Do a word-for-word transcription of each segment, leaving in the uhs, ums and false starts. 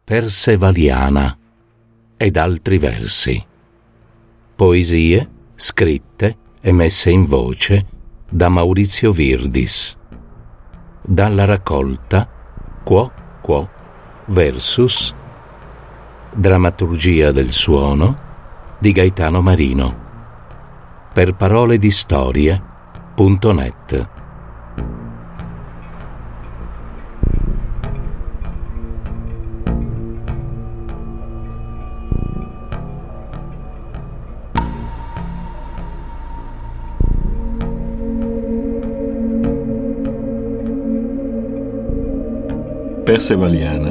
Persevaliana ed altri versi. Poesie scritte e messe in voce da Maurizio Virdis. Dalla raccolta Quo Quo Versus. Drammaturgia del suono di Gaetano Marino. Per parole di storie punto net. Persevaliana.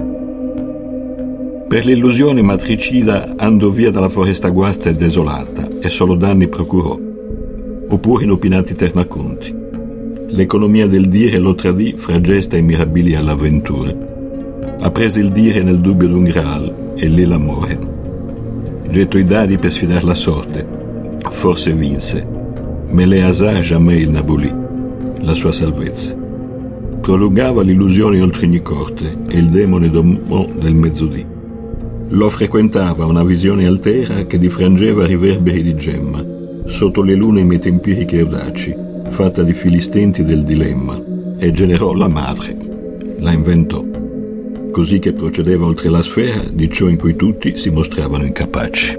Per l'illusione matricida andò via dalla foresta guasta e desolata, e solo danni procurò, oppure inopinati ternacconti. L'economia del dire lo tradì fra gesta e mirabili all'avventura. Apprese il dire nel dubbio d'un graal, e lì l'amore. Gettò i dadi per sfidar la sorte, forse vinse, ma le hasard jamais il n'abolì, la sua salvezza. Prolungava l'illusione oltre ogni corte e il demone domò del mezzodì. Lo frequentava una visione altera che diffrangeva riverberi di gemma, sotto le lune metempiriche e audaci, fatta di fili stenti del dilemma, e generò la madre, la inventò, così che procedeva oltre la sfera di ciò in cui tutti si mostravano incapaci.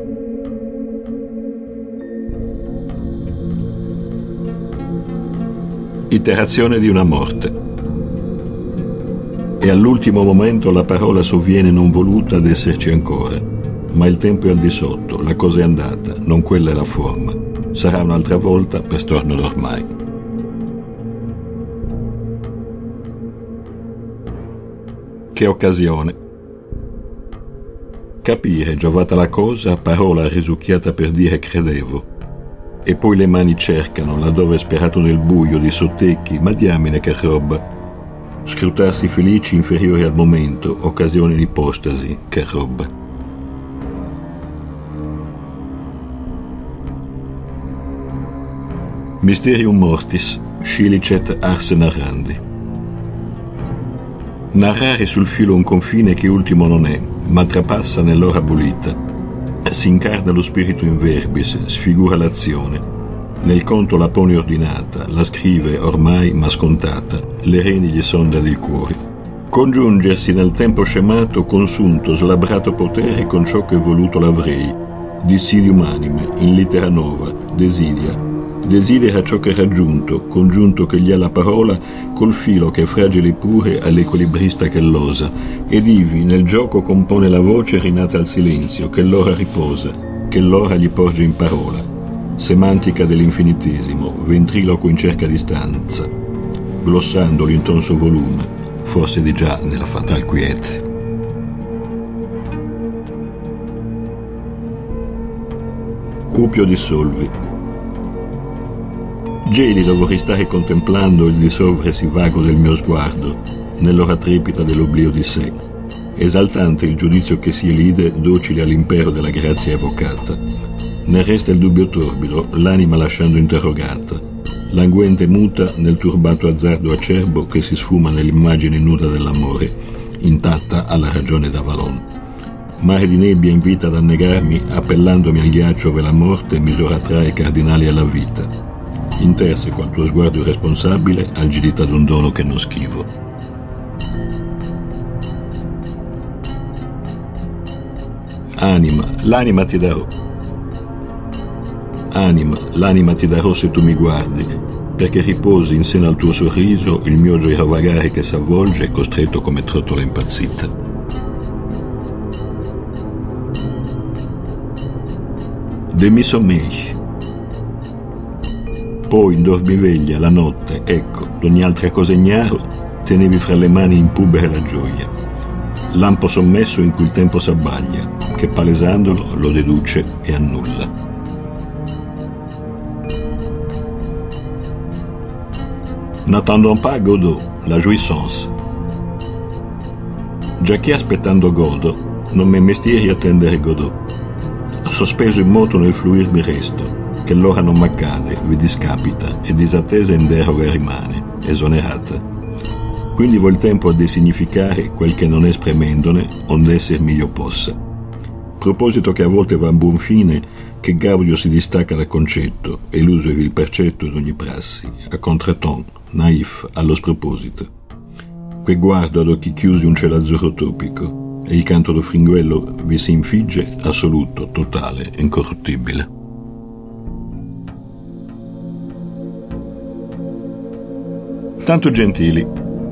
Iterazione di una morte. E all'ultimo momento la parola sovviene non voluta ad esserci ancora, ma il tempo è al di sotto, la cosa è andata, non quella è la forma. Sarà un'altra volta per storno d'ormai. Che occasione. Capire, giovata la cosa, parola risucchiata per dire credevo. E poi le mani cercano, laddove sperato nel buio di sottecchi, ma diamine che roba. Scrutarsi felici inferiori al momento, occasioni di ipostasi, che roba. Mysterium mortis, scilicet ars narrandi. Narrare sul filo un confine che ultimo non è, ma trapassa nell'ora abolita. Si incarna lo spirito in verbis, sfigura l'azione. Nel conto la pone ordinata, la scrive ormai ma scontata, le reni gli sonda del cuore. Congiungersi nel tempo scemato, consunto, slabrato potere con ciò che voluto l'avrei. Dissidium anime, in litera nova, desidia. Desidera ciò che è raggiunto, congiunto che gli ha la parola, col filo che è fragile pure all'equilibrista che l'osa. Ed ivi nel gioco compone la voce rinata al silenzio, che l'ora riposa, che l'ora gli porge in parola. Semantica dell'infinitesimo, ventriloquo in cerca di stanza, glossando l'intonso volume, forse di già nella fatal quiete. Cupio dissolvi. Gelido vorrei stare contemplando il dissolversi vago del mio sguardo, nell'ora trepida dell'oblio di sé, esaltante il giudizio che si elide docile all'impero della grazia evocata. Ne resta il dubbio torbido, l'anima lasciando interrogata, languente muta nel turbato azzardo acerbo che si sfuma nell'immagine nuda dell'amore, intatta alla ragione d'Avalon. Mare di nebbia invita ad annegarmi, appellandomi al ghiaccio ove la morte misura trae cardinali alla vita. Interseco al tuo sguardo irresponsabile, agilità d'un dono che non schivo. Anima, l'anima ti darò. Anima, l'anima ti darò se tu mi guardi, perché riposi in seno al tuo sorriso il mio girovagare che s'avvolge, costretto come trottola impazzita. De mi sommei. Poi in dormiveglia la notte, ecco, d'ogni altra cosa ignaro, tenevi fra le mani impubere la gioia. Lampo sommesso in cui il tempo s'abbaglia, che palesandolo lo deduce e annulla. N'attendons pas Godot, la jouissance. Giacché aspettando godo, non m'è mestieri attendere Godot. Sospeso in moto nel fluir mi resto, che l'ora non m'accade, vi discapita, e disattesa in deroga rimane, esonerata. Quindi vuol tempo a designificare quel che non è spremendone, onde esser meglio possa. Proposito che a volte va a buon fine, che Gaudio si distacca dal concetto, e l'uso e il percetto d'ogni prassi, a contraton, naif, allo sproposito. Que guardo ad occhi chiusi un cielo azzurro topico, e il canto do fringuello vi si infigge assoluto, totale, incorruttibile. Tanto gentili,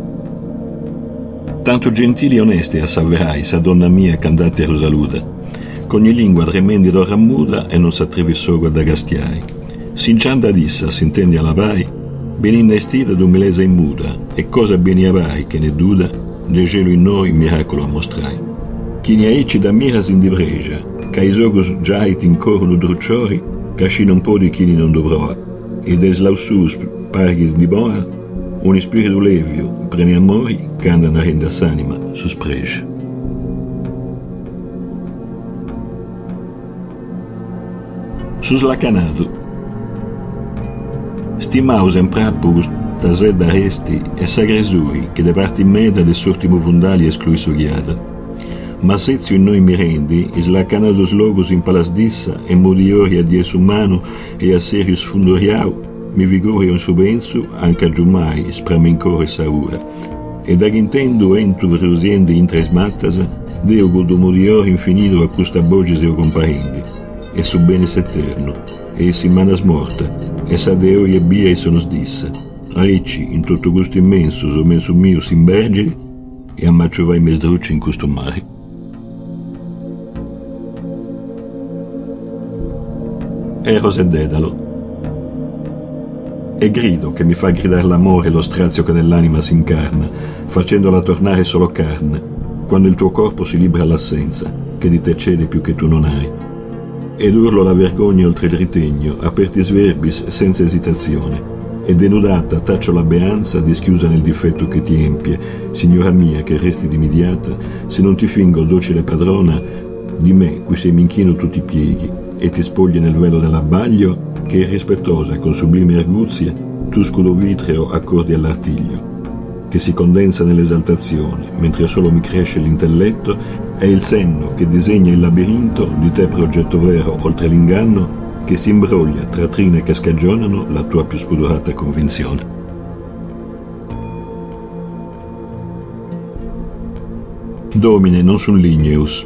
tanto gentili e onesti assaverai, sa donna mia candate a Rosaluda, con ogni lingua tremendi d'ora muda e non s'attrivi sogo ad agastiai. S'incianda dissa, s'intendi alabai, beninna estida d'umilesa in muda, e cosa beni avai che ne duda, de gelo in noi miracolo mostrai. Chi ne aici da miras in dibregia, ca i sogos giait in corno drucciori, cascino un po' di chi non dovrò, e des lausus parghis di boa, un spirito levio, preni amori, che andano a rendersi anima, su sprege. Su slacanado. Stimausen prappus, tasè da resti, e sagresui, che da parte meda del sortimo fundali esclui su ghiada. Ma sezio in noi mirendi, slacanados logos in palasdissa, e modiori a dies umano, e a serius fundoriau, mi vigore un subensu, anche a giumai, spramencore saura. E da intendo entu verusiendi in tres mattasa, deo godomodior infinito a custa boges eo comparendi. E su bene s'eterno, e si manas morta, e sa deo e bia e sono sdissa. Ricci, in tutto gusto immenso, so mensu mio s'imbergeri, e ammaccio vai mesdrucci in custo mare. Eros e Dedalo. E grido che mi fa gridare l'amore e lo strazio che nell'anima si incarna, facendola tornare solo carne, quando il tuo corpo si libera all'assenza, che di te cede più che tu non hai. Ed urlo la vergogna oltre il ritegno, apertis verbis senza esitazione, e denudata taccio la beanza dischiusa nel difetto che ti empie, signora mia che resti dimidiata, se non ti fingo docile padrona di me, cui sei minchino tutti i pieghi, e ti spogli nel velo dell'abbaglio, che irrispettosa con sublime arguzie tu scudo vitreo accordi all'artiglio, che si condensa nell'esaltazione, mentre solo mi cresce l'intelletto, è il senno che disegna il labirinto di te progetto vero oltre l'inganno, che si imbroglia tra trine che scagionano la tua più spudorata convinzione. Domine non sun ligneus.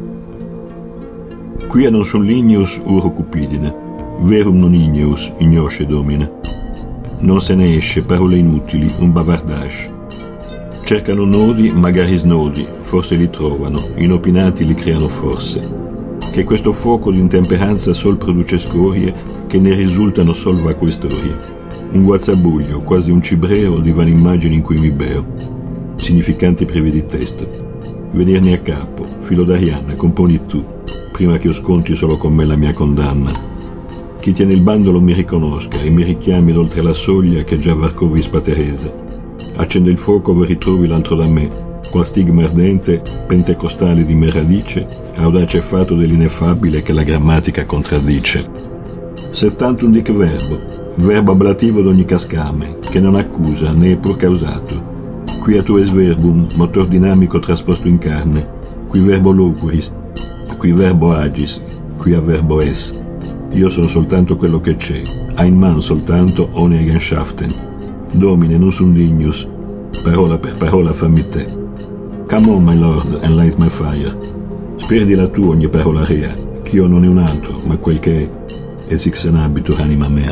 Quia non sun ligneus uro cupidine. Verum non igneus, ignosce domine. Non se ne esce parole inutili, un bavardage. Cercano nodi, magari snodi, forse li trovano, inopinati li creano forse. Che questo fuoco d'intemperanza sol produce scorie, che ne risultano sol vacue storie. Un guazzabuglio, quasi un cibreo di vane immagini in cui mi beo. Significanti privi di testo. Venirne a capo, filo d'Arianna, componi tu, prima che io sconti solo con me la mia condanna. Chi tiene il bandolo mi riconosca e mi richiami d'oltre la soglia che già varcò Vispa Teresa. Accende il fuoco ove ritrovi l'altro da me, qual stigma ardente, pentecostale di me radice, audace fatto dell'ineffabile che la grammatica contraddice. Settantum dic verbo, verbo ablativo d'ogni cascame, che non accusa né è pur causato. Qui a tu es verbum, motor dinamico trasposto in carne, qui verbo loquuris, qui verbo agis, qui a verbo es. Io sono soltanto quello che c'è, ein man soltanto ohne Eigenschaften. Domine non sum dignus, parola per parola fammi te. Come on my lord and light my fire. Spirdila tu ogni parola rea, ch'io non è un altro, ma quel che è, e sic senabitur anima mea.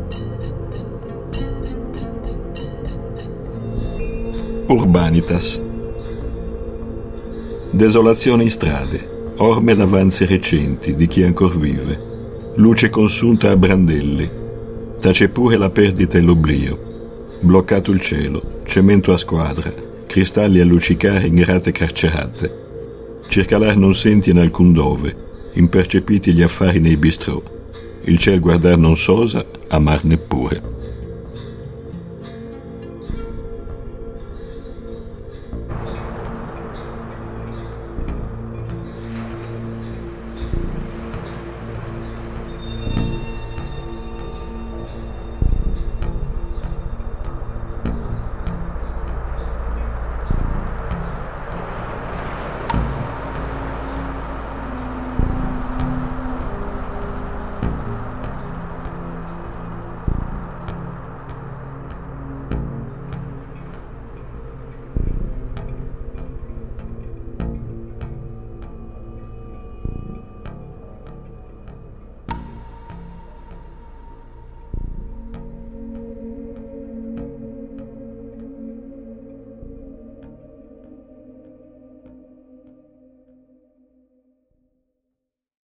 Urbanitas. Desolazione in strade, orme d'avanzi recenti di chi ancor vive. Luce consunta a brandelli, tace pure la perdita e l'oblio. Bloccato il cielo, cemento a squadra, cristalli a luccicare in rate carcerate. Circalar non senti in alcun dove, impercepiti gli affari nei bistrò. Il ciel guardar non s'osa, amar neppure.